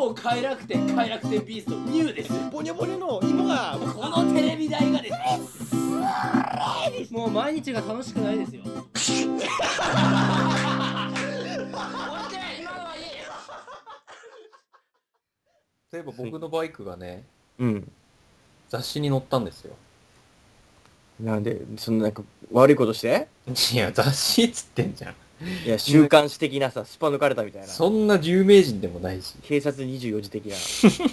超快楽天ビーストニューです。 ボニョボニョの芋がこのテレビ台がですね、もう毎日が楽しくないですよ。 そういえば僕のバイクがね、 うん。 雑誌に載ったんですよ。 なんで、そのなんか悪いことして？ いや、雑誌っつってんじゃん。 いや、週刊誌的なさ、スパ抜かれたみたいな。 そんな有名人でもないし。 警察24時的な。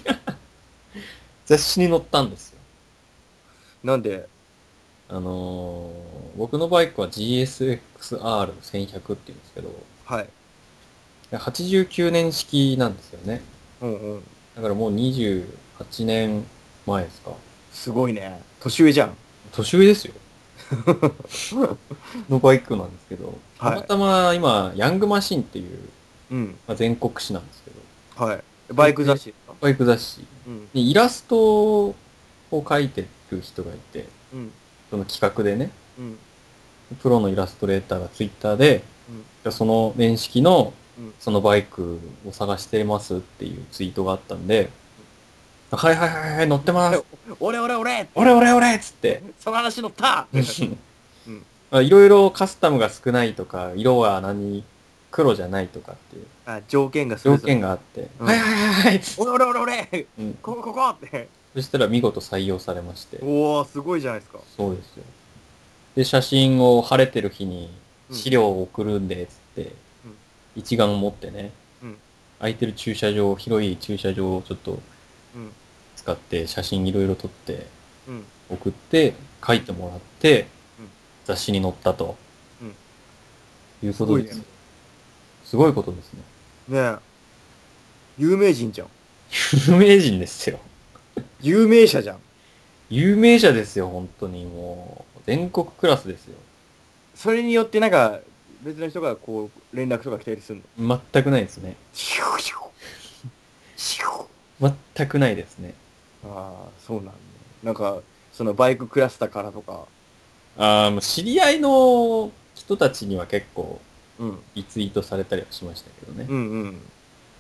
雑誌に載ったんですよ。 なんで？ 僕のバイクは GSXR1100 って言うんですけど、 はい。 89年式なんですよね。 うんうん。 だからもう28年前ですか。 すごいね。年上じゃん。 年上ですよ。のバイクなんですけど、たはいまたま今、ヤングマシンっていう、 うん。 全国誌なんですけど、 はい。バイク雑誌ですか？ バイク雑誌うん。 にイラストを描いてる人がいて、 うん。 その企画でね、 うん。 プロのイラストレーターがツイッターで、 うん。 じゃあその年式のうん。 そのバイクを探してますっていうツイートがあったんで、はいはいはいはい、乗ってます。 俺俺っつって。 その話乗ったいろいろカスタムが少ないとか、色は黒じゃないとかっていうあ、条件がそれ条ぞれ。 件があって、 うんはいはいはいはいっつって。 俺うんここって。 そしたら見事採用されまして。 おー、すごいじゃないですか。 そうですよ。で、写真を晴れてる日にうん資料を送るんで、つって、 うん一眼持ってね、 うん空いてる広い駐車場をちょっとうん使って写真いろいろ撮ってうん送って書いてもらってうん雑誌に載ったとうんいうことです。 すごいね。 すごいことですね。 ねえ。有名人じゃん。 有名人ですよ。 有名者じゃん。 有名者ですよ、本当にもう。全国クラスですよ。 それによってなんか、別の人がこう、連絡とか来たりするの？ 全くないですね。 シュシュシュ全くないですね。 ああ、そうなんだ。なんか、そのバイククラスターからとか。 もう知り合いの人たちには結構うん。 リツイートされたりはしましたけどね。 うんうん。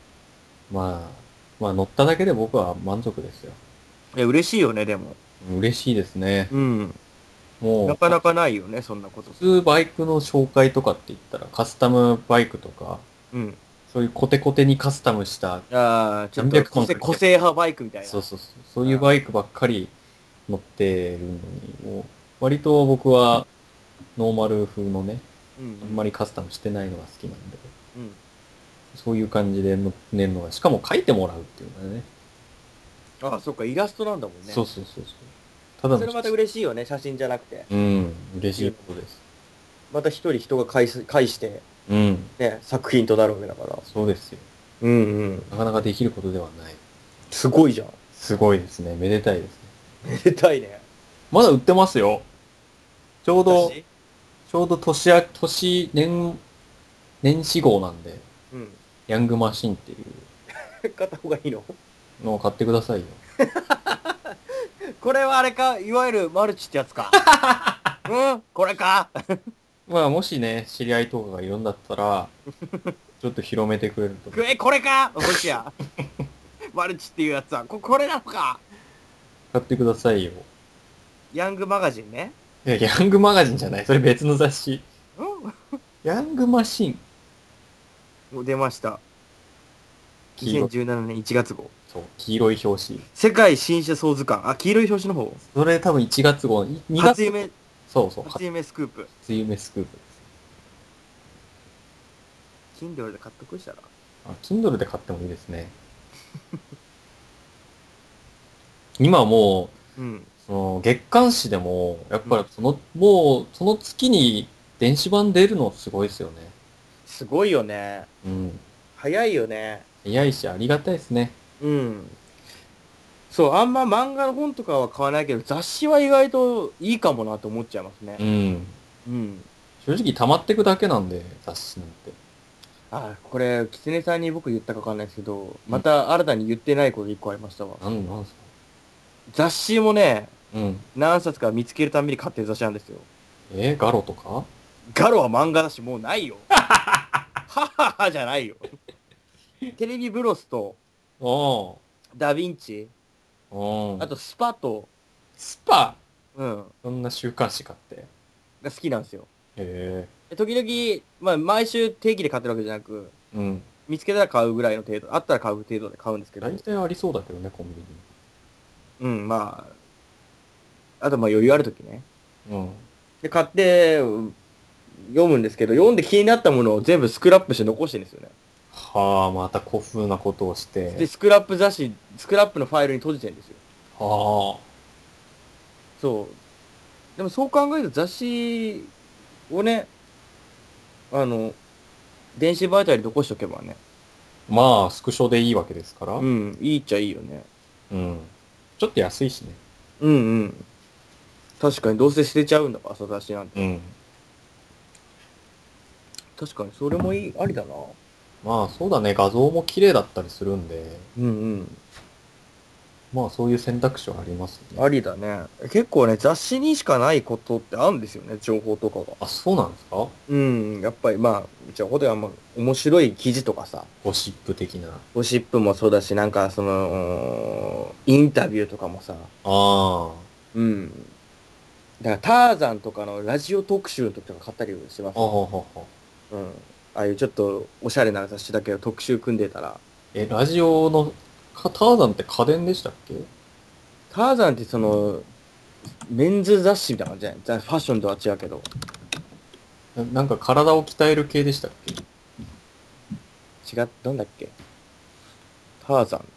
まあ乗っただけで僕は満足ですよ。 嬉しいよね、でも。 嬉しいですね。 うん。 もう、 なかなかないよね、そんなこと。 普通バイクの紹介とかって言ったらカスタムバイクとか、 うん。 そういうコテコテにカスタムしたああ、ちょっ何百万と個性派バイクみたいな。 そういうバイクばっかり乗ってるのに、もう割と僕はノーマル風のね、 うんあんまりカスタムしてないのが好きなんで、 うん。 そういう感じで乗ってるのが、しかも書いてもらうっていうのがね。 ああ、そっか、イラストなんだもんね。 そう。ただのそれまた嬉しいよね、写真じゃなくて。 うん、嬉しいことです。 また一人人が介して、 うん、 ね、作品となるわけだから。 そうですよ。 うんうん。 なかなかできることではない。 すごいじゃん。 すごいですね。めでたいですね。 めでたいね。 まだ売ってますよ。ちょうど年始号なんで、 うん。 ヤングマシンっていう買った方がいいの？ のを買ってくださいよ。 これはあれか、いわゆるマルチってやつか。うんこれか。 まあもしね、知り合いとかがいるんだったら、ちょっと広めてくれると。 これかもしや。マルチっていうやつは、これなのか。 買ってくださいよ。 ヤングマガジンね。 いや、ヤングマガジンじゃない。それ別の雑誌。 うヤングマシン。 もう出ました。2017年1月号。 そう、黄色い表紙。 世界新車総図鑑。あ、黄色い表紙の方。 それ多分1月号、2月初夢、 そう、 初夢スクープ。 初夢スクープです。 Kindle で買っとくしたら。 Kindle で買ってもいいですね。今はもう、 うん。 その月刊誌でも、やっぱりもう、その月に電子版出るのすごいですよね。 すごいよね。 うん。 早いよね。 早いし、ありがたいですね。 うん。そう、あんま漫画の本とかは買わないけど、雑誌は意外といいかもなと思っちゃいますねう。ん。 うん。 正直溜まってくだけなんで、雑誌なんて。 あ、これ、キツネさんに僕言ったかわかんないですけど、また新たに言ってないこと一個ありましたわ。 なんすか？ 雑誌もね、 うん。 何冊か見つけるたびに買ってる雑誌なんですよ。 ガロとか？ ガロは漫画だし、もうないよ。はははじゃないよ。テレビブロスと、 おー。 ダヴィンチ、 おー。 あとスパと、 スパうん、 そんな週刊誌買って。へが好きなんですよ。 え。 で時々、まあ毎週定期で買ってるわけじゃなく、 うん。 見つけたら買うぐらいの程度、あったら買う程度で買うんですけど、 大体ありそうだけどね、コンビうん、まあ、あとまあ余裕ある時ね。 ニ。うん。 で、買って読むんですけど、読んで気になったものを全部スクラップして残してるんですよね。 はあ、また古風なことをしで、 て。 スクラップ雑誌、スクラップのファイルに閉じてるんですよ。 はそう。でもそう考えると雑誌をね、あの、電子媒体で残しとけばね、 あ。まあ、スクショでいいわけですから。 うん、いいっちゃいいよね。 うん。ちょっと安いしね。 うんうん。確かに、どうせ捨てちゃうんだから、さ、雑誌なんて。 うん。 確かに、それもいい、ありだな。 まあ、そうだね。画像も綺麗だったりするんで、 うんうん。 まあ、そういう選択肢はありますね。 ありだね。結構ね、雑誌にしかないことってあるんですよね、情報とかが。 あ、そうなんですか？ うん、やっぱりまあ、情報ではまあ、面白い記事とかさ、 ゴシップ的な。 ゴシップもそうだし、なんかインタビューとかもさ、 あうん。だからターザンとかのラジオ特集の時とか買ったりしまあ。あすよ。 ははは。 うん。ああいうちょっとおしゃれな雑誌だけど特集組んでたら、 ラジオの、ターザンって家電でしたっけ？ ターザンってメンズ雑誌みたいな感じじゃないファッションとは違うけど。 なんか体を鍛える系でしたっけ？ なんだっけターザン。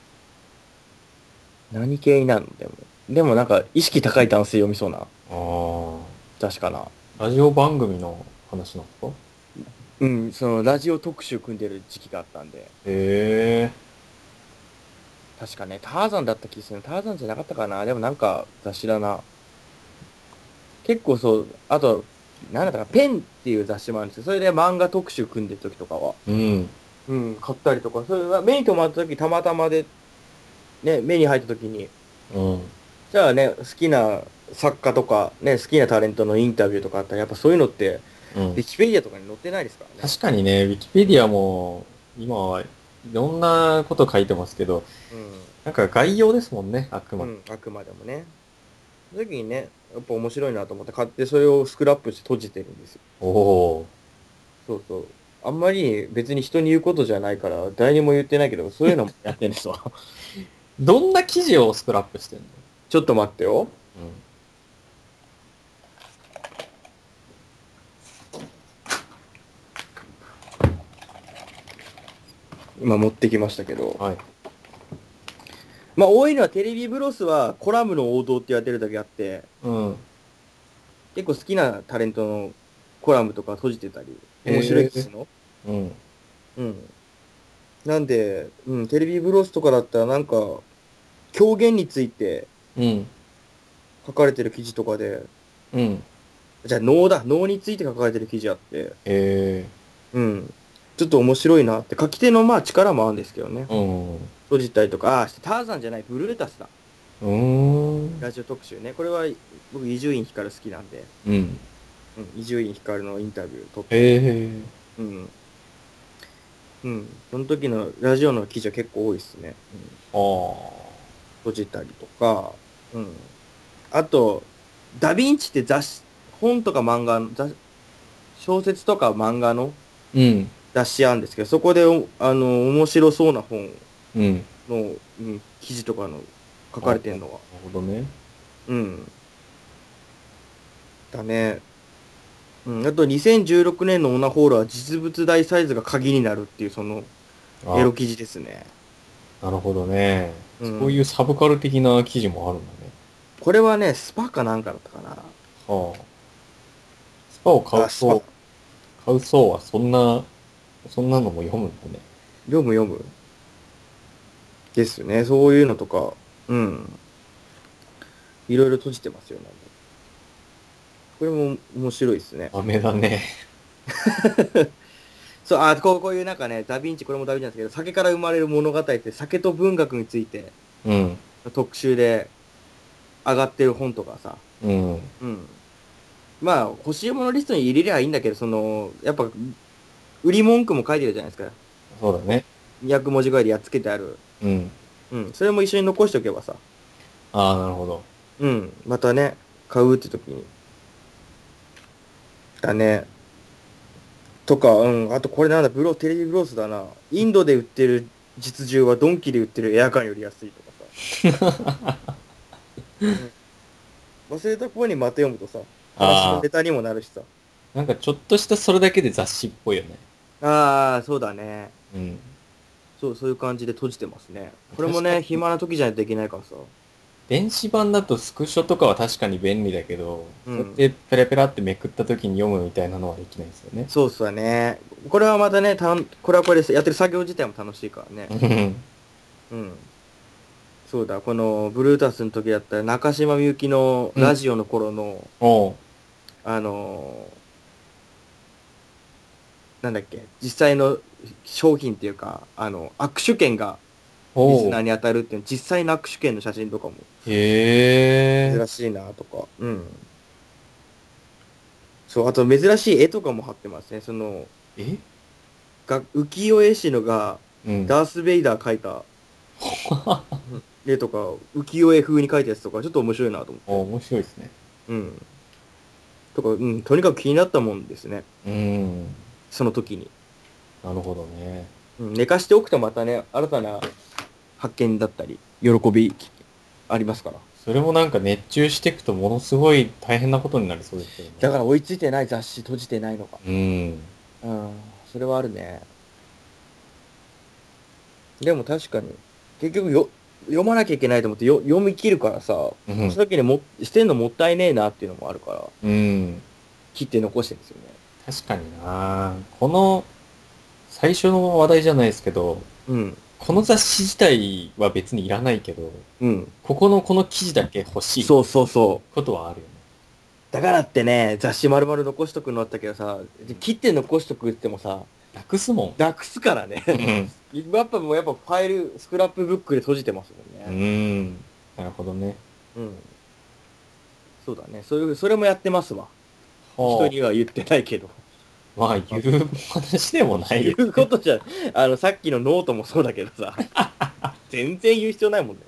何系になるのでも。でもなんか、意識高い男性読みそうなあ雑誌かな。 あ。ラジオ番組の話なんですか？ うん、そのラジオ特集組んでる時期があったんで。 へえ。 確かね、ターザンだった気する。ターザンじゃなかったかな。でもなんか雑誌だな。結構そう、あと、なんだったか、ペンっていう雑誌もあるんですよ。それで漫画特集組んでる時とかは。 うん。 うん、買ったりとか。それは目に留まった時、たまたまで、ね、目に入った時に、 うん。 じゃあね、好きな作家とか、ね、好きなタレントのインタビューとかあったら、やっぱそういうのって、 うん。 ウィキペディアとかに載ってないですからね。 確かにね、ウィキペディアも、今はいろんなこと書いてますけど、 うん。 なんか概要ですもんね、あくまで。 うん、あくまでもね。その時にね、やっぱ面白いなと思って買って、それをスクラップして閉じてるんですよ。 おおそうそう。あんまり別に人に言うことじゃないから、誰にも言ってないけど、そういうのもやってんですわ。 ー。どんな記事をスクラップしてんの？ ちょっと待ってよ。今持ってきましたけど。 うん。はい。 まあ多いのはテレビブロスはコラムの王道って言われてるだけあって、 うん。 結構好きなタレントのコラムとか閉じてたり、面白いですの。 うん。 うん。なんで、うん、テレビブロスとかだったらなんか、狂言についてうん。 書かれてる記事とかで、 うん。 じゃあ能について書かれてる記事あって、 えうん。ちょっと面白いなって、書き手のまあ力もあるんですけどね。 ー。うん。 閉じたりとか、ターザンじゃない、ブルータスだ。 うーん。 ラジオ特集ね。これは僕、伊集院光好きなんで、 うん。 うん、伊集院光のインタビュー撮って、 えうん。うん。その時のラジオの記事は結構多いですね。 ー。あ閉じたりとか、うん。あと、ダヴィンチって本とか漫画の、小説とか漫画のー。うん。 雑誌あるんですけど、そこで面白そうな本うん。 の、うん、記事とかの書あ、 かれてるのは、 なるほどね。 うん。だね。うん。あと、2016年のオナホールは実物大サイズが鍵になるっていう、その、エあ、 ロ記事ですね。 なるほどね。 うん。 そういうサブカル的な記事もあるんだね。 これはね、スパかなんかだったかな。 はあ。スパを買うあ、スパ。 と、買う層はそんなのも読むんだね。 読む。ですね。そういうのとか、うん。いろいろ閉じてますよね。これも面白いですね。 ダメだね。 そう、こういうなんかね、ダヴィンチ、これもダヴィンチなんですけど、酒から生まれる物語って、酒と文学についてうん。 特集で上がってる本とかさ、 うん。 うん。まあ、欲しいものリストに入れりゃいいんだけど、やっぱ、売り文句も書いてるじゃないですか。 そうだね。 200文字ぐらいでやっつけてある。 うん。 それも一緒に残しておけばさ、 ああ、なるほど。 またね、買うって時に。だね。とか、あとこれなんだ、テレビブロスだな。インドで売ってる実銃はドンキで売ってるエアガンより安いとかさ。忘れた頃にまた読むとさ、話のああ、 ネタにもなるしさ。 なんかちょっとしたそれだけで雑誌っぽいよね。 ああ、そうだね。 うん。 そういう感じで閉じてますね。これもね、 確かに暇な時じゃないといけないからさ。 電子版だとスクショとかは確かに便利だけど、 うんそうやってペラペラってめくった時に読むみたいなのはできないですよね。 そうっすよね。これはまたね、これはこれでやってる作業自体も楽しいからね。 うんうん。そうだ、この、ブルータスの時だったら、中島みゆきのラジオの頃の、 おう。 あのなんだっけ、実際の商品っていうか、握手券がリスおう。 ナーに当たるっていう、実際の握手券の写真とかもへえ。 珍しいなとか。そう、あと珍しい絵とかも貼ってますね。 え浮世絵師のが、 うん。 ダース・ベイダー描いた絵とか、浮世絵風に描いたやつとか、ちょっと面白いなと思って。 面白いですね。 うん。とか、とにかく気になったもんですね。 うん。 その時に。 なるほどね。 寝かしておくとまたね、新たな発見だったり、喜びありますから。 それもなんか熱中していくとものすごい大変なことになりそうですけどね。 だから追いついてない雑誌閉じてないのか。 うん。 それはあるね。でも確かに、結局読まなきゃいけないと思って読み切るからさ、 うんその時に捨てんのもったいねえなっていうのもあるから、 うん。 切って残してるんですよね。 確かにな。この最初の話題じゃないですけど、 うん。 この雑誌自体は別にいらないけど、 うん。 この記事だけ欲しいそうそうそう。 ことはあるよね。 だからってね、雑誌丸々残しとくのあったけどさ、切って残しとくってもさ、 なくすもん。 なくすからね。やっぱもうファイル、スクラップブックで閉じてますもんうね。 ん。なるほどね。 そうだね。それもやってますわ。人には言ってないけど。 まあ、言う話でもない言ですうことじゃ、さっきのノートもそうだけどさ。全然言う必要ないもんね。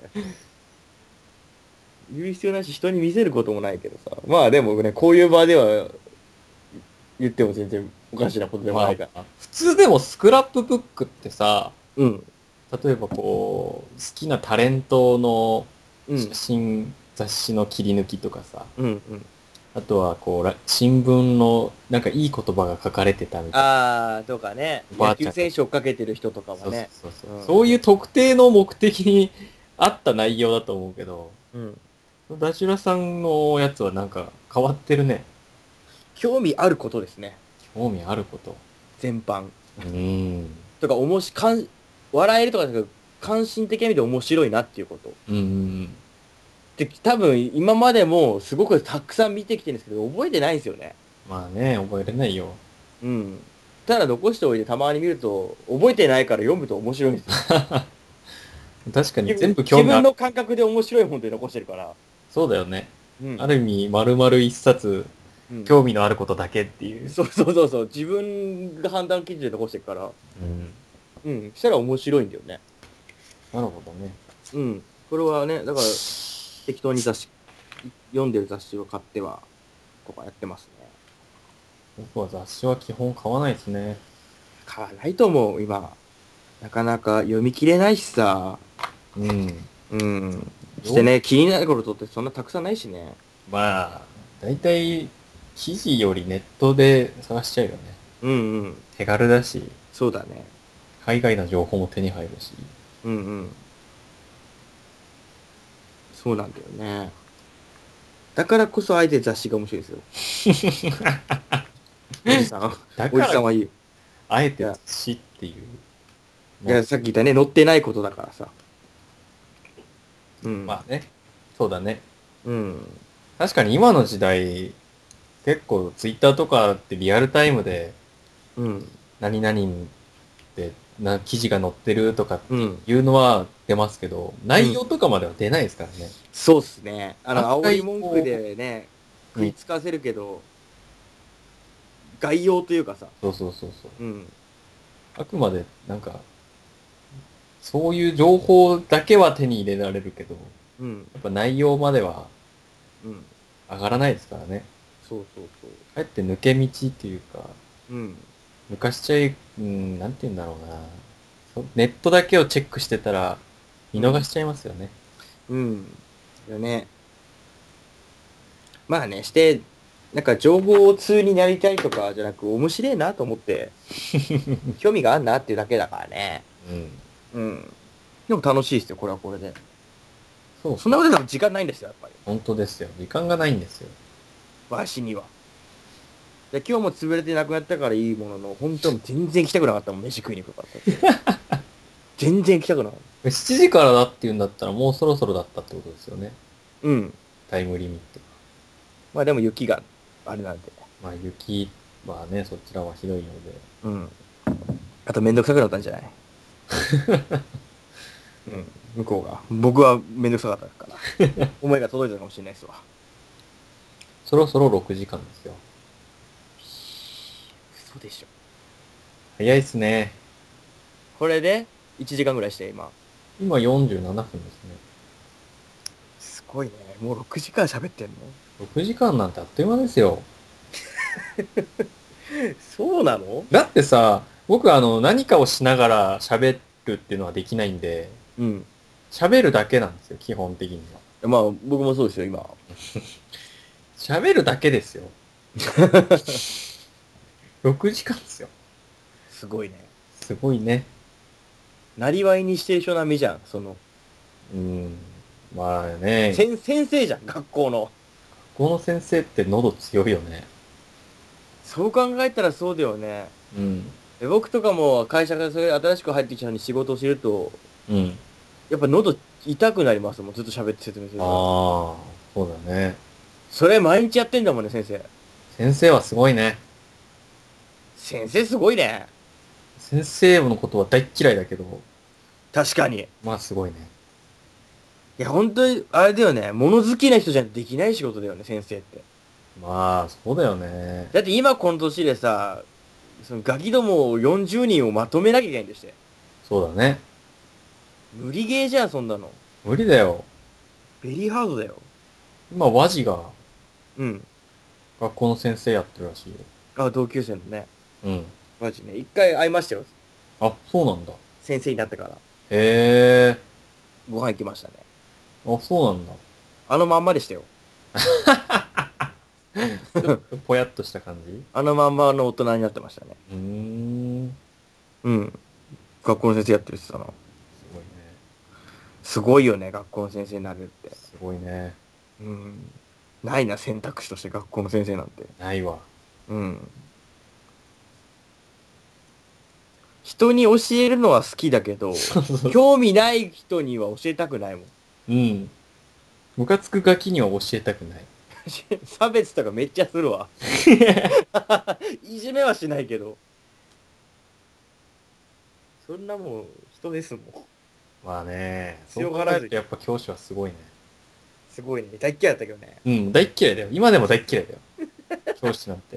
言う必要ないし、人に見せることもないけどさ。まあでもね、こういう場では言っても全然おかしなことでもないから。 普通でもスクラップブックってさ、 うん。 例えばこう、好きなタレントのうん。 写真、雑誌の切り抜きとかさ、 うん。 あとはこう、新聞のなんかいい言葉が書かれてたみたいな。 とかね。野おばあちゃん球選手をかけてる人とかはそうね。 そうそう。 うんそういう特定の目的に合った内容だと思うけど、 うんダチュラさんのやつはなんか変わってるね。 興味あることですね。 興味あること。 全般。 うとか、笑えるとかだけど、関心的な意味で面白いなっていうこと。 うん。 で、多分今までもすごくたくさん見てきてるんですけど、覚えてないんですよね。 まあね、覚えれないよ。 うん。ただ残しておいてたまに見ると、覚えてないから読むと面白いんですよ。 確かに全部自興味ある。 分の感覚で面白い本で残してるから。 そうだよね。 うん。 ある意味、丸々一冊、 うん興味のあることだけっていう。 そう。自分が判断基準で残してるから。したら面白いんだよね。 なるほどね。 これはね、だから、適当に読んでる雑誌を買っては、とかやってますね。 僕は雑誌は基本買わないですね。 買わないと思う、今。なかなか読み切れないしさ。してね、気になることってそんなたくさんないしね。 まあ、大体、記事よりネットで探しちゃうよね。手軽だし、 そうだね。 海外の情報も手に入るし。 そうなんだよね。だからこそあえて雑誌が面白いですよ。おじさん。おじだから、 さんはいいよ。 あえて雑誌っていう。 いや、さっき言ったね、載ってないことだからさ。 まあね。そうだね。 うん。 確かに今の時代、結構ツイッターとかってリアルタイムで、何々で記事が載ってるとかっていうのは出ますけど、内容とかまでは出ないですからね。 そうっすね。煽りあんまり文句でね、食いつかせるけど、概要というかさ。 そう。あくまで、なんか、 そういう情報だけは手に入れられるけど、 うん。 やっぱ内容まではうん。 上がらないですからね。 そうそうそう。 かえって抜け道っていうか、 うん。 抜かしちゃい、なんて言うんだろうな。ネットだけをチェックしてたら、見逃しちゃいますよね。 うん。よね。まあね、して、なんか情報通になりたいとかじゃなく、面白いなと思って、興味があんなっていうだけだからね。 うん。 うん。でも楽しいですよ、これはこれで。 そう。 そんなことでも時間ないんですよ、やっぱり。 本当ですよ。時間がないんですよ。 わしには。で今日も潰れてなくなったからいいものの、本当に全然行きたくなかったもん、飯食いに行くからって。全然行きたくなかった。 7時からだって言うんだったらもうそろそろだったってことですよね。 うん。 タイムリミット。 まあでも雪があれなんで。 まあ雪はね、そちらはひどいので。 うん。あとめんどくさくなったんじゃないうん。向こうが。僕はめんどくさかったから。思いが届いたかもしれないですわ。 そろそろ6時間ですよ。 嘘でしょ。 早いっすね。 これで1時間ぐらいして今。 今47分ですね。 すごいね。もう6時間喋ってんの 6時間なんてあっという間ですよ。 そうなのだってさ、僕何かをしながら喋るっていうのはできないんで、 うん。 喋るだけなんですよ、基本的には。 まあ僕もそうですよ、今。 喋るだけですよ。6時間ですよ。 すごいね。 すごいね。 なりわいにしてる人並みじゃん、その。 まあね、 先生じゃん、学校の。 この先生って喉強いよね。 そう考えたらそうだよね。 うん。 僕とかも会社からそれ新しく入ってきたのに仕事をしてると、 うん。 やっぱ喉痛くなりますもん、ずっと喋って説明するああ、 と。 そうだね。 それ毎日やってんだもんね、先生。 先生はすごいね。 先生すごいね。 先生のことは大っ嫌いだけど、 確かに。いまあすごいね。 や、本当に、あれだよね。物好きな人じゃできない仕事だよね、先生って。 まあ、そうだよね。 だって今この年でさ、そのガキどもを40人をまとめなきゃいけないんでして。 そうだね。 無理ゲーじゃん、そんなの。 無理だよ。 ベリーハードだよ。 今、和ジがうん。 学校の先生やってるらしいよ。 あ、同級生のね。 うん。 マジね。一回会いましたよ。 あ、そうなんだ。 先生になってから。 へえ。 ご飯行きましたね。 あ、そうなんだ。 あのまんまでしたよ。 ちょっとぽやっとした感じあのまんまの大人になってましたね。 うーん。 うん。学校の先生やってるって言ってたな。 すごいね。 すごいよね、学校の先生になれるって。 すごいね。 うん。ないな、選択肢として学校の先生なんて。 ないわ。 うん。人に教えるのは好きだけど、 そうそう。 興味ない人には教えたくないもん。 うん。ムカつくガキには教えたくない。 差別とかめっちゃするわ。いじめはしないけど。そんなもん、人ですもん。 まあね、そう考強がらずえるとやっぱ教師はすごいね。 すごいね。大っ嫌いだったけどね。 うん、大っ嫌いだよ。今でも大っ嫌いだよ。教師なんて。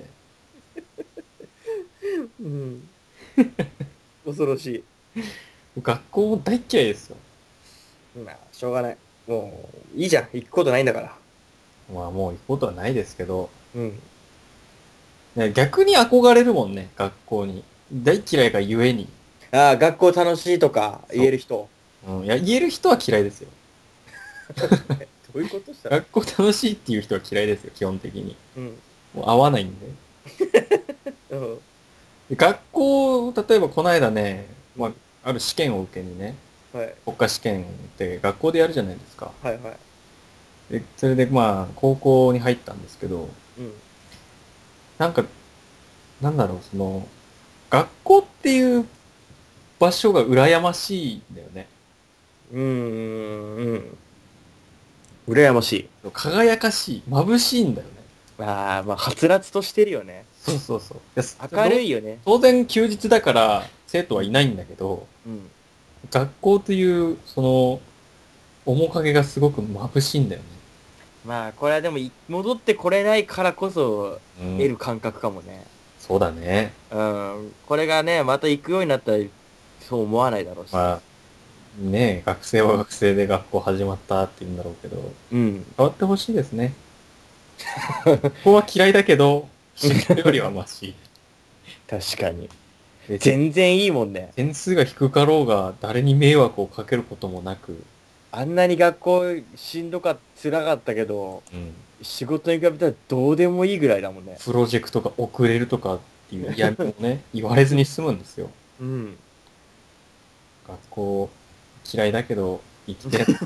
うん。恐ろし学校も大っ嫌いですよ。 い。まあ、しょうがない。もう、いいじゃん。行くことないんだから。 まあもう行くことはないですけど、 うん。 ね逆に憧れるもんね、学校に。大っ嫌いがゆえに。 ああ、学校楽しいとか言える人。 うん、いや、言える人は嫌いですよ。 どういうことしたら。 学校楽しいっていう人は嫌いですよ、基本的に。 うん。 もう合わないんで。 うん。 で学校、例えばこの間ね、まあうん、 ある試験を受けにね、 はい。 国家試験って学校でやるじゃないですか。 はいはい。 で、それでまあ、高校に入ったんですけど、 うん。 なんか、なんだろう、学校っていう場所が羨ましいんだよね。 うーん。うん。羨ましい。 輝かしい、眩しいんだよね。 ああ、まあ、はつらつとしてるよね。 そうそうそう。 明るいよね。 当然休日だから生徒はいないんだけど、 うん。 学校という面影がすごく眩しいんだよね。 まあ、これはでも戻ってこれないからこそうん。 得る感覚かもね。 そうだね。 うん。これがね、また行くようになったらそう思わないだろうし。 まあ、 ね、学生は学生で学校始まったって言うんだろうけど、 うん。 変わってほしいですね。ここは嫌いだけど、仕事よりはマシ。 確かに。 で全然いいもんね。 点数が低かろうが、誰に迷惑をかけることもなく、 あんなに学校しんどかった、辛かったけど、 うん、 仕事に比べたらどうでもいいぐらいだもんね。 プロジェクトが遅れるとかっていう嫌味もね、言われずに済むんですよ。 うん。 学校嫌いだけど、生きてる。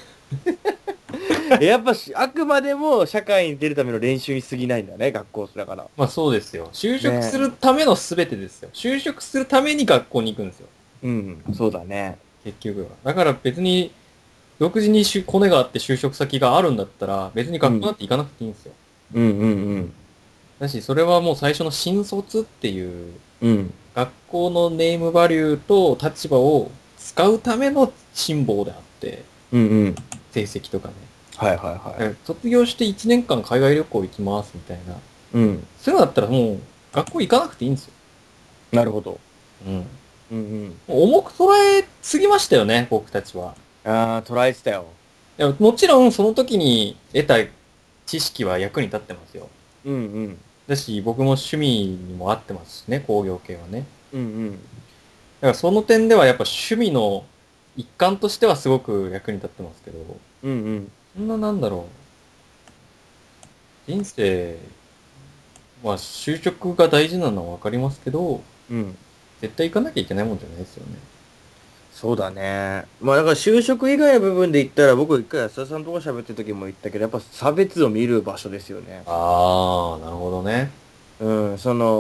やっぱあくまでも社会に出るための練習に過ぎないんだね、学校だから。 まあそうですよ。就職すねるための全てですよ。就職するために学校に行くんですよ。 うん、そうだね。 結局は。だから別に、独自にコネがあって就職先があるんだったら、別に学校なんて行かなくていいんですよ。 うんうんだし、それはもう最初の新卒っていう、 うん。うん。 学校のネームバリューと立場を使うための辛抱であって、 うんうん。 成績とかね。 はいはいはい。 卒業して1年間海外旅行行きますみたいな。 うん。 そういうのだったらもう、学校行かなくていいんですよ。 なるほど。 うん。 うんうん。 もう重く捉えすぎましたよね、僕たちは。 ああ、捉えてたよ。 いや、もちろんその時に得た知識は役に立ってますよ。 うんうん。 だし、僕も趣味にも合ってますしね、工業系はね。 うんうん。 だからその点ではやっぱ趣味の一環としてはすごく役に立ってますけど、 うんうん。 そんななんだろう。人生は就職が大事なのはわかりますけど、 うん。 絶対行かなきゃいけないもんじゃないですよね。 そうだね。まあだから就職以外の部分で言ったら僕一回安田さんとか喋ってる時も言ったけど、やっぱ差別を見る場所ですよね。 あー、なるほどね。 うん、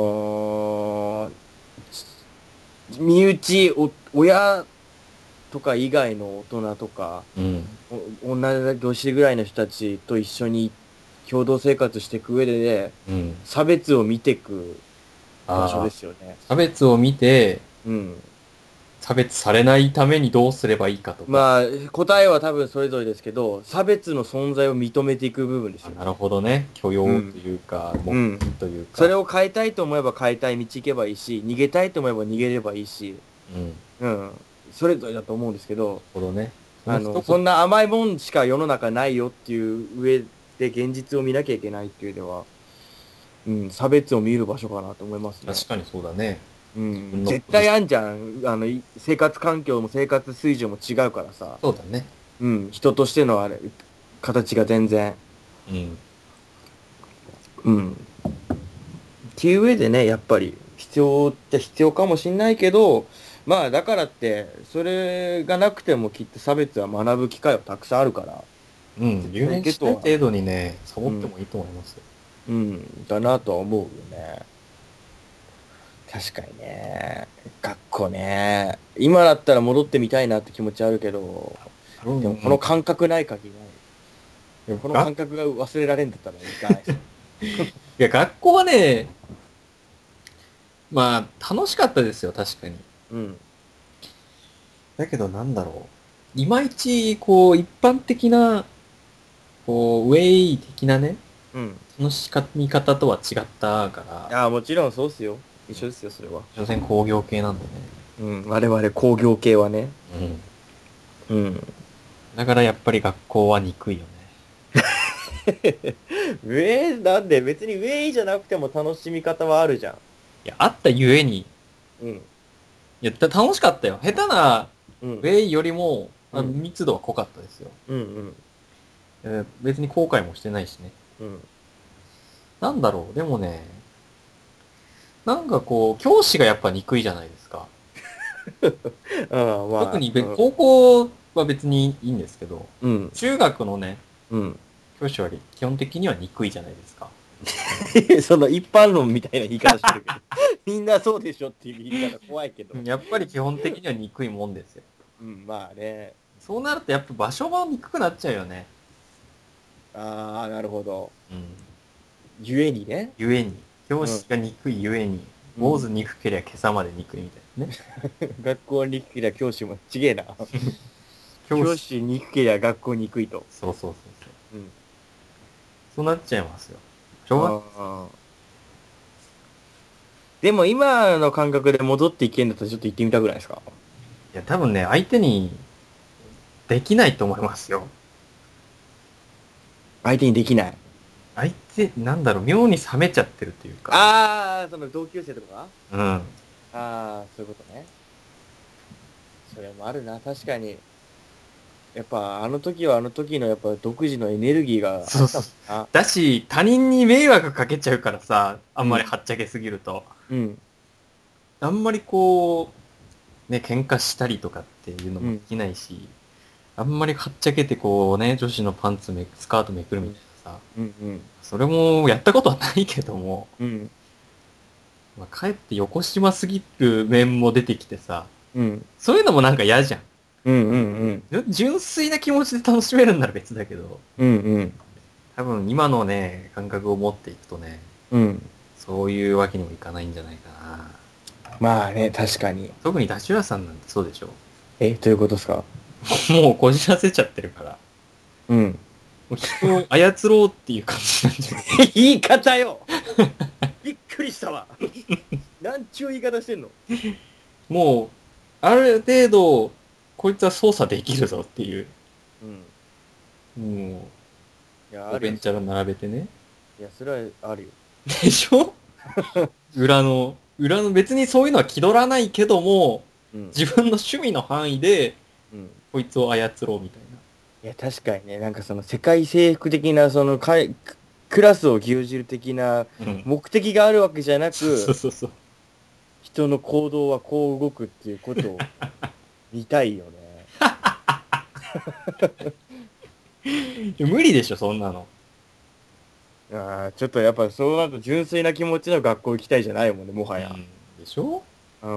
身内、親とか以外の大人とか、 うん。 同じ年ぐらいの人たちと一緒に共同生活していく上で、 うん。 差別を見ていく場所であー、 すよね。 差別を見て、 うん。 差別されないためにどうすればいいかとか。 まあ、答えは多分それぞれですけど、差別の存在を認めていく部分ですよね。 なるほどね。許容というか、目うん。 的というか。 それを変えたいと思えば変えたい道行けばいいし、逃げたいと思えば逃げればいいし、 うん。なるうん。それぞれだと思うんですけど、 ほどね。その一言、 そんな甘いもんしか世の中ないよっていう上で現実を見なきゃいけないっていうのは、うん、差別を見る場所かなと思いますね。 確かにそうだね。 う自分ん。 の絶対あんじゃん。生活環境も生活水準も違うからさ。 そうだね。 うん。人としてのあれ、形が全然。 うん。 うん。っていう上でね、やっぱり必要って必要かもしんないけど、まあだからって、それがなくてもきっと差別は学ぶ機会はたくさんあるから、 うん。留年しない程度にね、サボってもいいと思いますよ。 うん、だなとは思うよね。確かにね。学校ね。今だったら戻ってみたいなって気持ちあるけど、 うんでもこの感覚ない限りない。でもこのが感覚が忘れられんだったらいかないですよ。 いや、学校はね、まあ、楽しかったですよ、確かに。 うん。 だけど、なんだろう。いまいち、こう、一般的な、こう、ウェイ的なね、 うん。 楽しみ方とは違ったから、 ああ、もちろんそうっすよ。一緒ですよ、それは。 所詮工業系なんでね。 うん。我々工業系はね。 うん。 うん。 だからやっぱり学校は憎いよね。 ウェイ、なんで別にウェイじゃなくても楽しみ方はあるじゃん。 いや、あったゆえに、 うん。 いや、楽しかったよ。下手なうん。 ウェイよりも、 うん密度は濃かったですよ。 うん別に後悔もしてないしね。 うん。うん。 なんだろう、でもね、なんかこう、教師がやっぱ憎いじゃないですか。 ああ、まあ。 特にうん。 高校は別にいいんですけど、 うん。 中学のね、 うん。 教師は基本的には憎いじゃないですか。 その一般論みたいな言い方してるけど。みんなそうでしょっていう言い方怖いけど。 やっぱり基本的には憎いもんですよ。 うん、まあね。 そうなるとやっぱ場所も憎くなっちゃうよね。 ああ、なるほど。 うん。 ゆえにね。 ゆえに。教師が憎いゆえに、 うん坊主憎けりゃ今朝まで憎いみたいなね。 学校に行くけりゃ教師もちげえな。 教教師に行くけりゃ学校に行くいと。 そうそうそうそう。 うん。 そうなっちゃいますよ。しょうがない。 あーでも今の感覚で戻っていけんだったらちょっと行ってみたくないですか？ いや、多分ね、相手にできないと思いますよ。 相手にできない。 相手、なんだろう、妙に冷めちゃってるっていうか。 ああ、その同級生とか。 うん。 ああ、そういうことね。それもあるな、確かに。やっぱあの時はあの時のやっぱ独自のエネルギーがあったもんな。 だし、他人に迷惑かけちゃうからさ、あんまりはっちゃけすぎると。 うん。 あんまりこう、ね、喧嘩したりとかっていうのもできないし、あんまりはっちゃけてこうね、女子のパンツスカートめくるみたいなさ、 うんうん。 それもやったことはないけども、 うん。 まあ、かえって横島すぎる面も出てきてさ、 うん。 そういうのもなんか嫌じゃん。 うんうんうん。 純粋な気持ちで楽しめるんなら別だけど、 うんうん。 多分今のね、感覚を持っていくとね、 うん。 そういうわけにもいかないんじゃないかな。 まあね、確かに。 特にダチュラさんなんてそうでしょ。 どういうことですか？ もうこじらせちゃってるから。 うん。 もう人を操ろうっていう感じなんじゃない？ 言い方よびっくりしたわなんちゅう言い方してんの？ もう、ある程度、こいつは操作できるぞっていう。 うん。 もいや、 う、おベンチャラ並べてね。 いや、それはあるよ。 でしょ？裏の別にそういうのは気取らないけども、 うん。 自分の趣味の範囲で、 うん。 こいつを操ろうみたいな。 いや、確かにね、なんかその世界征服的な、クラスを牛耳る的なうん。 目的があるわけじゃなそうく、 そうそう。 人の行動はこう動くっていうことを見たいよね。 無理でしょ、そんなの。 ああ、ちょっとやっぱそうなると純粋な気持ちの学校行きたいじゃないもんね、もはや。 うんでしょ？ うん。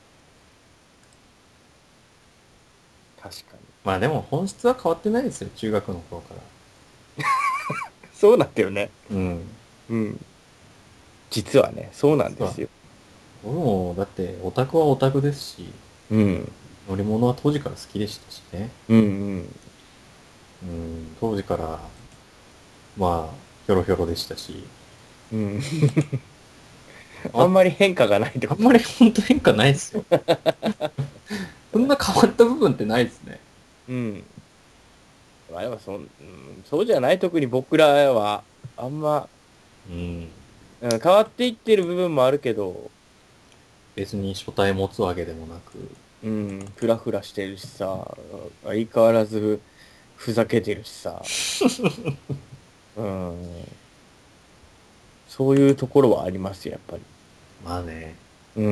確かに。 まあでも本質は変わってないですよ、中学の頃から。 そうなんだよね。 うん。 うん。実はね、そうなんですよ。 俺も、だって、オタクはオタクですし、 うん。 乗り物は当時から好きでしたしね。 うんうん。 当時から、まあ、ひょろひょろでしたし。 うん。あんまり変化がないってこと。 あんまり本当変化ないですよ。そんな変わった部分ってないですね。 うん。まあでもそうじゃない、特に僕らは、あんま、 うん。 変わっていってる部分もあるけど、 別に書体持つわけでもなく。 うん、フラフラしてるしさ、相変わらずふざけてるしさ、うん、そういうところはありますよ、やっぱり。 まあね、 うん。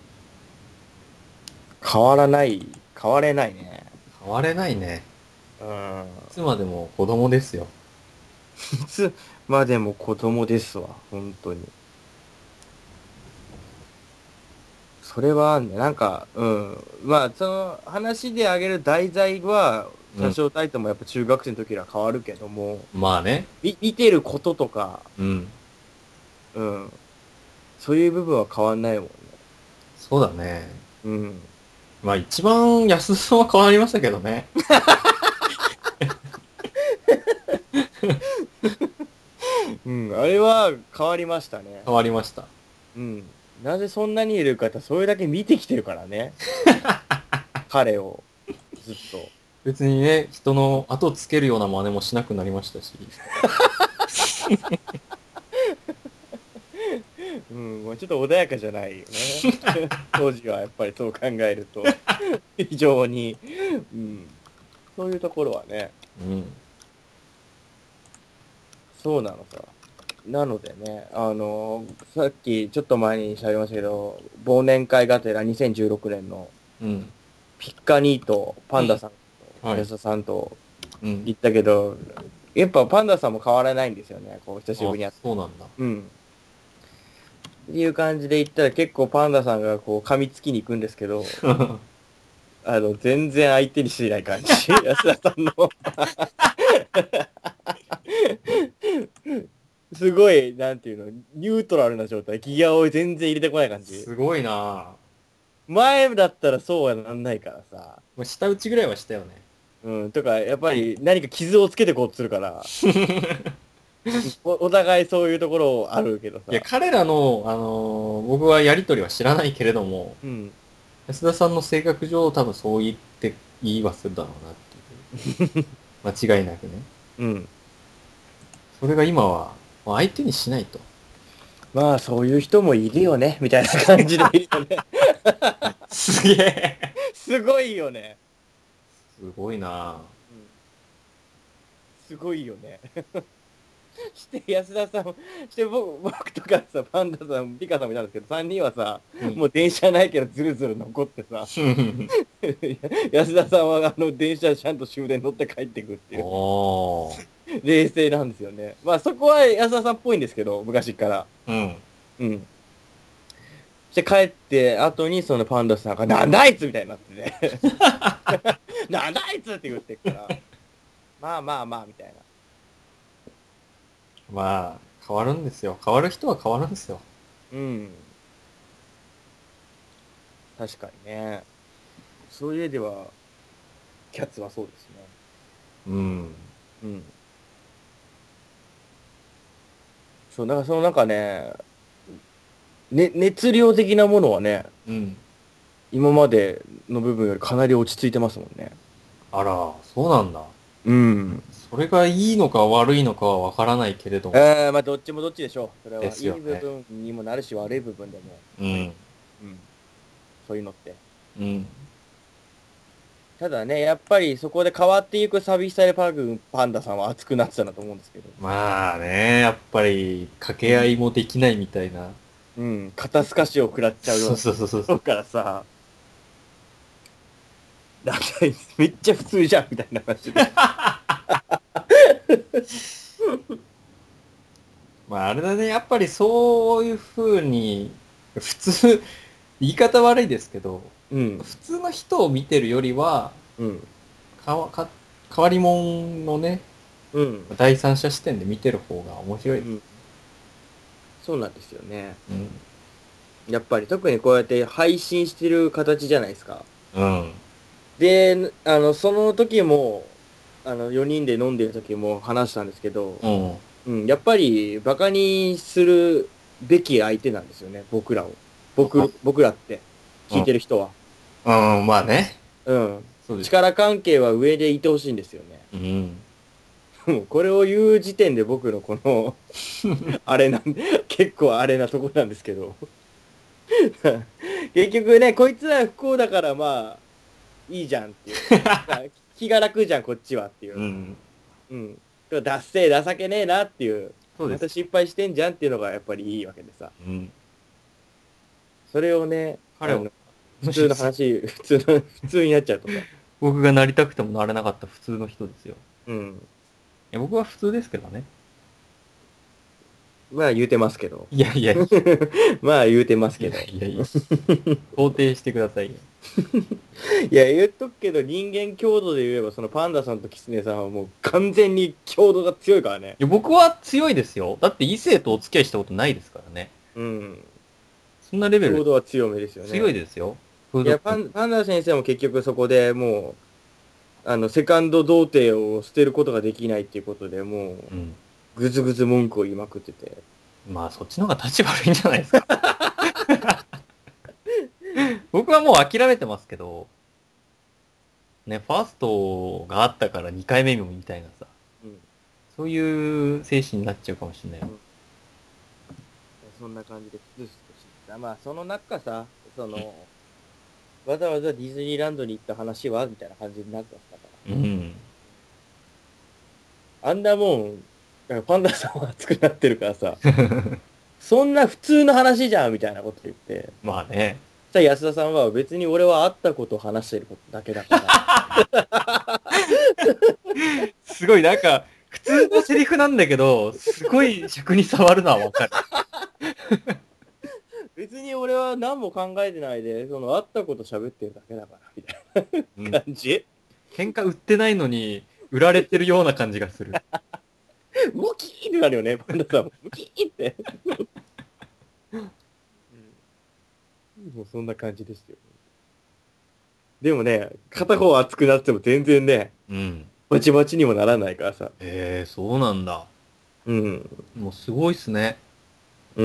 変わらない、変われないね。 変われないね。 うん。 いつまでも子供ですよ。 いつまでも子供ですわ、本当に。それはね、なんか、うん。まあ、その話であげる題材は、多少タイトもやっぱ中学生の時は変わるけども、 まあね。 見てることとか、 うん。 うん。そういう部分は変わんないもんね。 そうだね。 うん。 まあ一番安さは変わりましたけどね。 うん。あれは変わりましたね。 変わりました。 うん。なぜそんなにいるかって、それだけ見てきてるからね。彼を。ずっと。 別にね、人の後つけるような真似もしなくなりましたし。 うん。もうちょっと穏やかじゃないよね。当時はやっぱりそう考えると。非常に。うん。そういうところはね。 うん。 そうなのさ。なのでね、さっきちょっと前に喋りましたけど、忘年会がてら2016年のうん。 ピッカニーとパンダさんとはい安田さんとうん。 行ったけど、やっぱパンダさんも変わらないんですよね、こう久しぶりに会って。 そうなんだ。 うん。っていう感じで行ったら結構パンダさんがこう噛みつきに行くんですけど、全然相手にしていない感じ。安田さんのすごい、なんていうの、ニュートラルな状態。ギアを全然入れてこない感じ。 すごいなぁ。 前だったらそうはなんないからさ。 まあ、下打ちぐらいはしたよね。 うん、とか、やっぱり何か傷をつけてこうとするから、お互いそういうところあるけどさ。 いや、彼らの、僕はやりとりは知らないけれども、 うん。 安田さんの性格上多分そう言って言いはするだろうなっていう。間違いなくね。 うん。 それが今は、もう相手にしないと。 まあ、そういう人もいるよね、みたいな感じでいるよね。 すげえ。 すごいよね。 すごいなぁ。 すごいよね。して安田さん、して僕とかさ、パンダさん、ピカさんもいたんですけど、3人はさ、もう電車ないけどずるずる残ってさ、安田さんは電車ちゃんと終電乗って帰ってくっていう、 おー。 冷静なんですよね。まあそこは安田さんっぽいんですけど、昔から。 うん。 うん。して帰って後にそのパンダさんが、なんだあいつみたいになってて、なんだあいつって言ってっから、まあまあまあみたいな。 まあ、変わるんですよ。変わる人は変わるんですよ。 うん。確かにね。そういう意味では、キャッツはそうですね。 うん。 うん。そう、だからそのなんかね、熱量的なものはね、 うん。 今までの部分よりかなり落ち着いてますもんね。 あら、そうなんだ。 うん。 それがいいのか悪いのかはわからないけれども。 まあどっちもどっちでしょう。それは、 ですよねいい部分にもなるし、悪い部分でも。 うん。 うん。そういうのって。 うん。 ただね、やっぱりそこで変わっていく寂しさでパンダさんは熱くなってたなと思うんですけど。 まあね、やっぱり、掛け合いもできないみたいな。 うん。肩透かしを食らっちゃうような。 そうそうそうそうからさ、だってめっちゃ普通じゃんみたいな話で。 まああれだね、やっぱりそういう風に、普通、言い方悪いですけど、 うん。 普通の人を見てるよりは、 うん。 変わり者のね、 うん。 第三者視点で見てる方が面白いです。 うん。そうなんですよね。 うん。 やっぱり特にこうやって配信してる形じゃないですか。 うん。 で、その時も、4人で飲んでる時も話したんですけど、 うん。 うん、やっぱりバカにするべき相手なんですよね、僕らを。僕らって、聞いてる人は。 うん、まあね。 うん。 そうです。 力関係は上でいてほしいんですよね。 うん。 もうこれを言う時点で僕のこのあれなんで、結構あれなとこなんですけど。結局ね、こいつら不幸だからまあ、いいじゃんっていう。気が楽じゃん、こっちはっていう。 うん。 うん。ダッセー、情けねえなっていう。 そうです。 また失敗してんじゃんっていうのがやっぱりいいわけでさ。 うん。 それをね、 彼は、 普通の話、普通になっちゃうとか。 僕がなりたくてもなれなかった普通の人ですよ。 うん。 いや僕は普通ですけどね。 まあ言うてますけど。 いやいやいや。 まあ言うてますけど。 いやいや。肯定してくださいよ。 いや、言っとくけど、人間強度で言えば、そのパンダさんとキツネさんはもう完全に強度が強いからね。 いや僕は強いですよ。だって異性とお付き合いしたことないですからね。 うん。 そんなレベル強度は強めですよね。 強いですよ。 いや、パンダ先生も結局そこでもう、セカンド童貞を捨てることができないっていうことで、もう、 うん。 ぐずぐず文句を言いまくってて。 まあそっちの方が立ち悪いんじゃないですか。僕はもう諦めてますけど、ね、ファーストがあったから2回目もみたいなさ、 うん。 そういう精神になっちゃうかもしれない。 そんな感じで、ふつふつとしてた。まあ、その中さ、わざわざディズニーランドに行った話はみたいな感じになってましたから。 うん。 あんなもん、パンダさんは熱くなってるからさ、そんな普通の話じゃんみたいなこと言って。 まあね。 さあ安田さんは別に俺は会ったことを話してることだけだから。 すごいなんか、普通のセリフなんだけど、すごい尺に触るのはわかる。 別に俺は何も考えてないで、会ったこと喋ってるだけだから、みたいな感じ。 喧嘩売ってないのに、売られてるような感じがする。 ムキーってなるよね、パンダさんも。ムキーって。もうそんな感じですよ。でもね、片方熱くなっても全然ね、 うん。 バチバチにもならないからさ。 へえ、そうなんだ。 うん。 もうすごいっすね。 うん。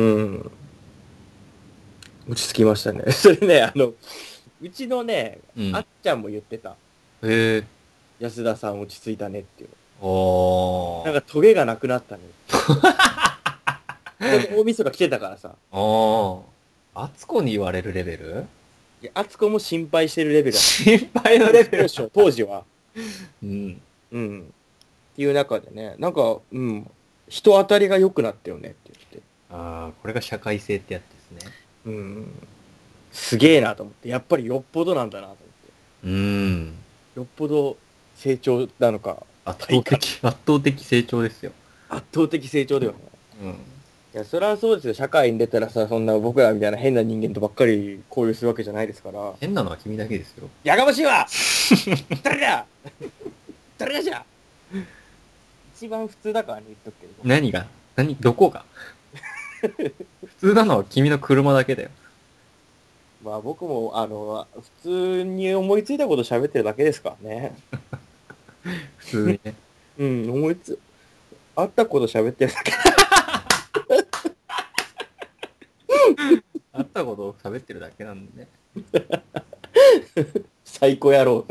落ち着きましたね。それね、うちのね、 うんあっちゃんも言ってた。 へえ。 安田さん落ち着いたねっていう。 おー。 なんかトゲがなくなったね。大晦日来てたからさ。 おー。あつこに言われるレベル？ いや、あつこも心配してるレベルだ。 心配のレベル。 当時は。 うん。 うん。っていう中でね、なんか、うん、人当たりが良くなったよねって言って。 ああ、これが社会性ってやつですね。 うん。すげえなと思って。やっぱりよっぽどなんだなと思って。 うーん。 よっぽど成長なのか。 圧倒的成長ですよ。 圧倒的成長だよね。 うん。 いや、それはそうですよ。社会に出たらさ、そんな僕らみたいな変な人間とばっかり交流するわけじゃないですから。 変なのは君だけですよ。 やかましいわ誰だ誰だじゃ一番普通だからね、言っとくけど。 何がどこが普通なのは君の車だけだよ。 まあ僕も、普通に思いついたこと喋ってるだけですからね。 普通にね。 うん、あったこと喋ってるだけ。 あったことを喋ってるだけなんでね。 最高野郎。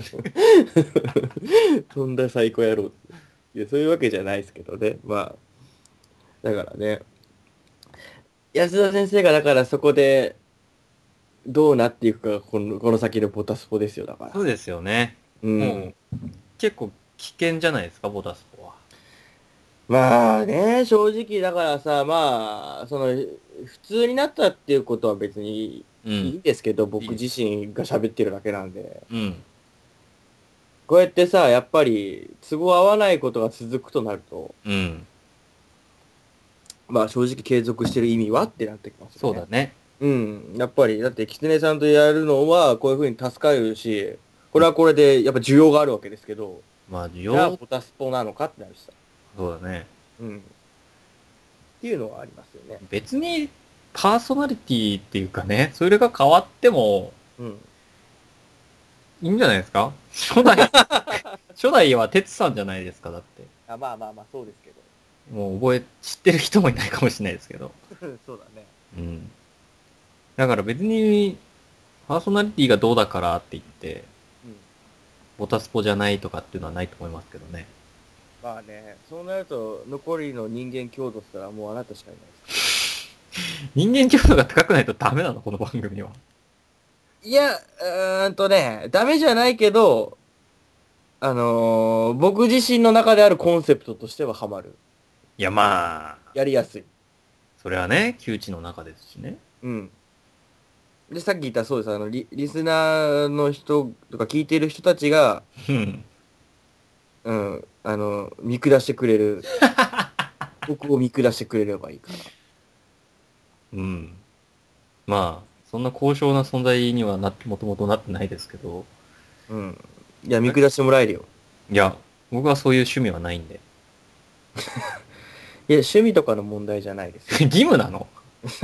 とんだ最高野郎。いや、そういうわけじゃないですけどね。まあ、だからね。安田先生がだからそこでどうなっていくかがこの先のボタスポですよ、だから。 そうですよね。 うん。 もう、結構危険じゃないですか、ボタスポは。 まあね、正直だからさ、まあ、普通になったっていうことは別にいいんですけど、僕自身が喋ってるだけなんで。 うん。 こうやってさ、やっぱり都合合わないことが続くとなると、 うん。 まあ正直継続してる意味はってなってきますよね。 そうだね。 うん。やっぱり、だってキツネさんとやるのはこういう風に助かるし、これはこれでやっぱ需要があるわけですけど、 まあ、需じゃあ要、 ポタスポなのかってなるしさ。 そうだね。 うん。っていうのはありますよね。 別に、パーソナリティっていうかね、それが変わっても、 うん。 いいんじゃないですか？初代は哲さんじゃないですか、だって。 あ、まあまあまあ、そうですけど。 もう知ってる人もいないかもしれないですけど。 そうだね。 うん。だから別に、パーソナリティがどうだからって言って、 うん。 ボタスポじゃないとかっていうのはないと思いますけどね。 まあね、そうなると、残りの人間強度って言ったらもうあなたしかいないです。 人間強度が高くないとダメなの、この番組は。 いや、ダメじゃないけど、僕自身の中であるコンセプトとしてはハマる。 いや、まあ、 やりやすい。 それはね、窮地の中ですしね。 うん。で、さっき言ったそうです。リスナーの人とか聞いてる人たちが、 うん。 うん、見下してくれる。僕を見下してくれればいいから。 うん。まあ、そんな高尚な存在にはもともとなってないですけど。 うん。いや、見下してもらえるよ。 いや、僕はそういう趣味はないんで。 いや、趣味とかの問題じゃないですよ。 義務なの？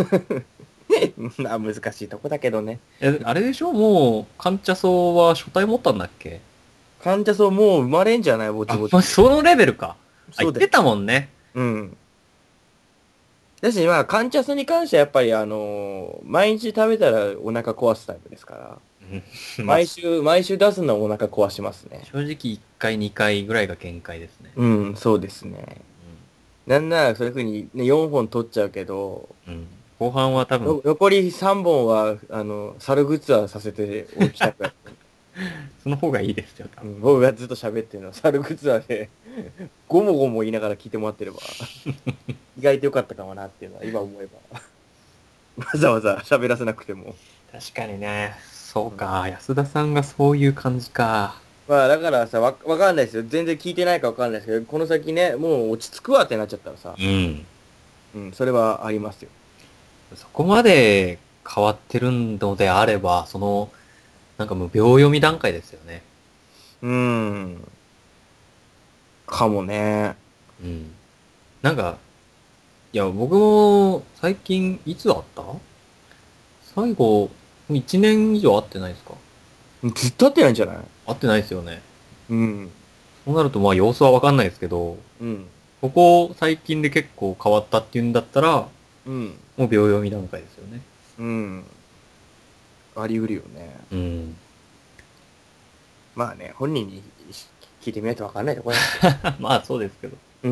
難しいとこだけどね。 あれでしょ？もう、カンチャソは初対持ったんだっけ？ 患者さんもう生まれんじゃないぼちぼち。 そのレベルか。あ、言そうだよってたもんね。 うん。だし、まあ、カンチャスに関してはやっぱり毎日食べたらお腹壊すタイプですから。 うん。まあ、 毎週出すのはお腹壊しますね。 正直1回2回ぐらいが限界ですね。 うん、そうですね。なんならそういう風にね、4本取っちゃうけど、 うん。後半は多分、 残り3本は、猿グッズはさせておきたくない。 その方がいいですよ、多分。 うん、僕がずっと喋ってるのは、猿グッズはね、ゴモゴモ言いながら聞いてもらってれば、意外と良かったかもなっていうのは今思えば。わざわざ喋らせなくても。 確かにね。そうか、安田さんがそういう感じか。 まあだからさ、わかんないですよ。全然聞いてないかわかんないですけど、この先ね、もう落ち着くわってなっちゃったらさ、 うん。 うん、それはありますよ。 そこまで変わってるのであれば、なんかもう秒読み段階ですよね。 かもね。 うん。なんか、いや、僕も最近、いつ会った最後、1年以上会ってないですか？ ずっと会ってないんじゃない？ 会ってないですよね。 うん。 そうなると、まあ様子はわかんないですけど、 うん。 ここ最近で結構変わったっていうんだったら、 うん。 もう秒読み段階ですよね。 うん。あり得るよね。 うん。 まあね、本人に聞いてみないとわかんないところだまあそうですけど。 うん。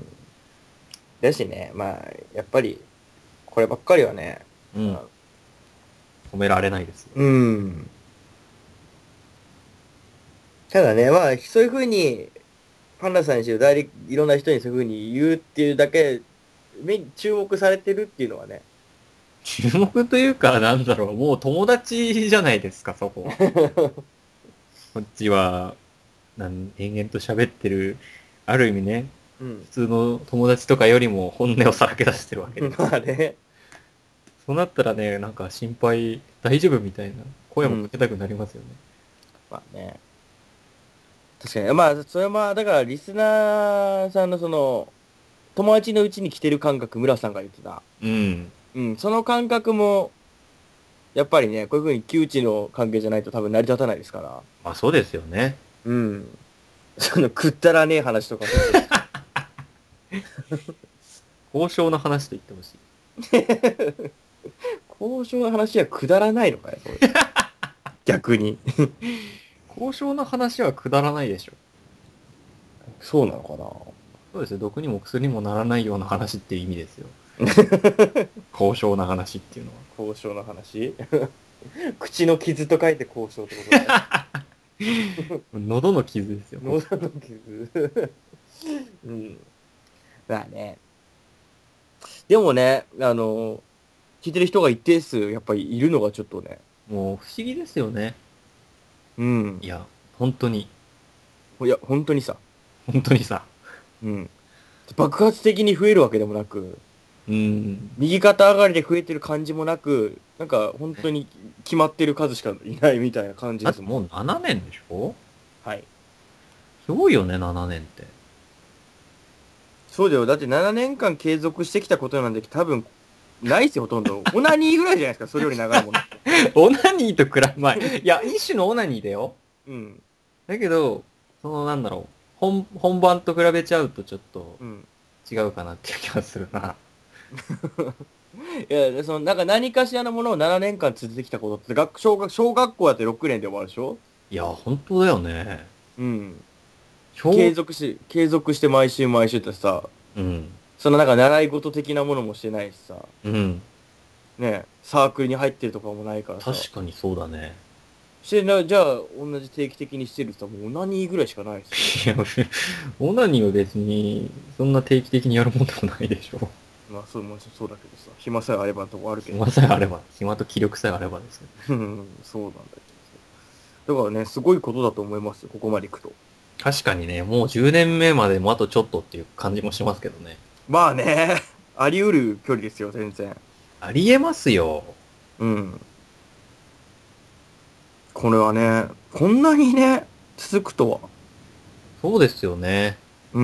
だしね、まあ、やっぱり、こればっかりはね、 うん。褒められないですよ。 うん。ただね、まあ、そういうふうに、パンダさんにしろ、いろんな人にそういうふうに言うっていうだけ、注目されてるっていうのはね。 注目というか、なんだろう、もう友達じゃないですか、そこは。こっちは、延々と喋ってる、ある意味ね、 うん。 普通の友達とかよりも本音をさらけ出してるわけで。 まあね。 そうなったらね、なんか心配、大丈夫みたいな声もかけたくなりますよね。 まあね。確かに。まあ、それはまあ、だから、リスナーさんのその、友達のうちに来てる感覚、村さんが言ってた。 うん。 うん、その感覚も、やっぱりね、こういうふうに旧知の関係じゃないと多分成り立たないですから。 まあそうですよね。 うん。その、くったらねえ話とか。 交渉の話と言ってほしい。 交渉の話はくだらないのかよ、それ逆に。 交渉の話はくだらないでしょ。 そうなのかな。 そうですよ。毒にも薬にもならないような話っていう意味ですよ。交渉の話っていうのは。 交渉の話口の傷と書いて交渉ってことだね。 喉の傷ですよ。 喉の傷。うん。まあね。でもね、聞いてる人が一定数やっぱりいるのがちょっとね。 もう不思議ですよね。 うん。 いや、本当に。 いや、本当にさ。 本当にさ。 うん。爆発的に増えるわけでもなく、 うん。 右肩上がりで増えてる感じもなく、なんか本当に決まってる数しかいないみたいな感じですもん。 だってもう7年でしょ？ はい。 すごいよね、7年って。 そうだよ。だって7年間継続してきたことなんで多分、ないっすよ、ほとんど。オナニーぐらいじゃないですか、それより長いもの。 オナニーと比べ、まあ、いや、一種のオナニーだよ。 うん。 だけど、なんだろう。本番と比べちゃうとちょっとうん。 違うかなっていう気がするな。 いや、なんか何かしらのものを7年間続いてきたことって、小学校だって6年で終わるでしょ？ いや、本当だよね。 うん。 小継続して毎週毎週ってさ、 うん。 そのなんか習い事的なものもしてないしさ、 うん。 ね、サークルに入ってるとかもないからさ。 確かにそうだね。 じゃあ、同じ定期的にしてるさ、もうオナニーぐらいしかないですよ。 いや、オナニーは別に、そんな定期的にやるもんでもないでしょ。 まあ、そうだけどさ、暇さえあればのとこあるけど。 暇さえあれば、暇と気力さえあればですよ。 うん、そうなんだけどさ。だからね、すごいことだと思いますよ、ここまで行くと。 確かにね、もう10年目までもあとちょっとっていう感じもしますけどね。 まあね、あり得る距離ですよ、全然。 ありえますよ。 うん。これはね、こんなにね、続くとは。 そうですよね。 うん。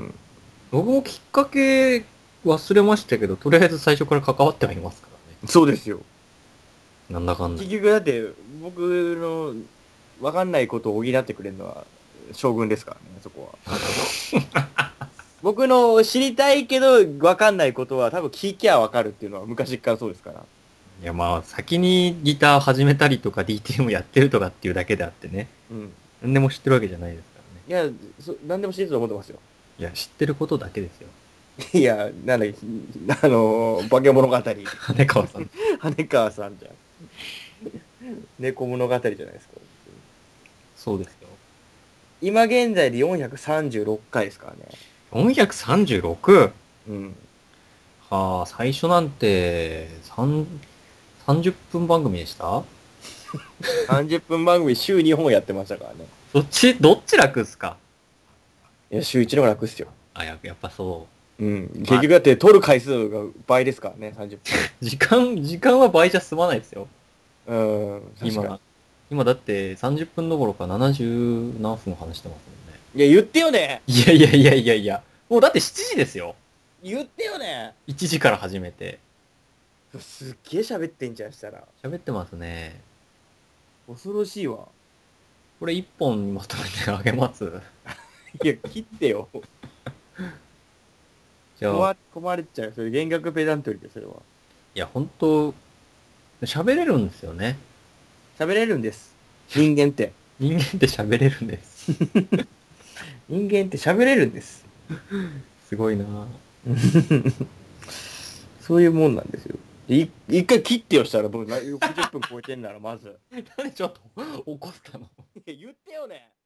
僕もきっかけ忘れましたけど、とりあえず最初から関わってはいますからね。 そうですよ。 なんだかんだ。 結局だって、僕のわかんないことを補ってくれるのは将軍ですからね、そこは。僕の知りたいけどわかんないことは多分聞きゃわかるっていうのは昔からそうですから。 いやまあ、先にギター始めたりとか DTM やってるとかっていうだけであってね。 うん。 何でも知ってるわけじゃないですからね。 いや、何でも知ってると思ってますよ。 いや、知ってることだけですよ。 いや、なんだっけ、化け物語。 羽川さん。 羽川さんじゃん。猫物語じゃないですか。 そうですよ。 今現在で436回ですからね。 436? うん。 はあ、最初なんて、30分番組でした？ 30分番組週2本やってましたからね。 どっち楽っすか？ いや、週1の方が楽っすよ。 あ、やっぱそうん。 まあ結局だって撮る回数が倍ですからね、30 う。時間は倍じゃ済まないですよ。 分。うん。確かに。 今だって30分どころか70何分話してますもんね。 いや、言ってよね。 いや。もうだって7時ですよ。 言ってよね。 1時から始めて。 すっげえ喋ってんじゃん、したら。 喋ってますね。 恐ろしいわ。 これ1本まとめてあげます？ いや、切ってよ。 じゃあ、 困れちゃう。それ、弦楽ペダントリーで、それは。 いや、本当喋れるんですよね。 喋れるんです。人間って。 人間って喋れるんです。 人間って喋れるんです。 すごいなそういうもんなんですよ。一回切ってよしたら僕60分超えてんならまず。 なんでちょっと怒ったの？ 言ってよね。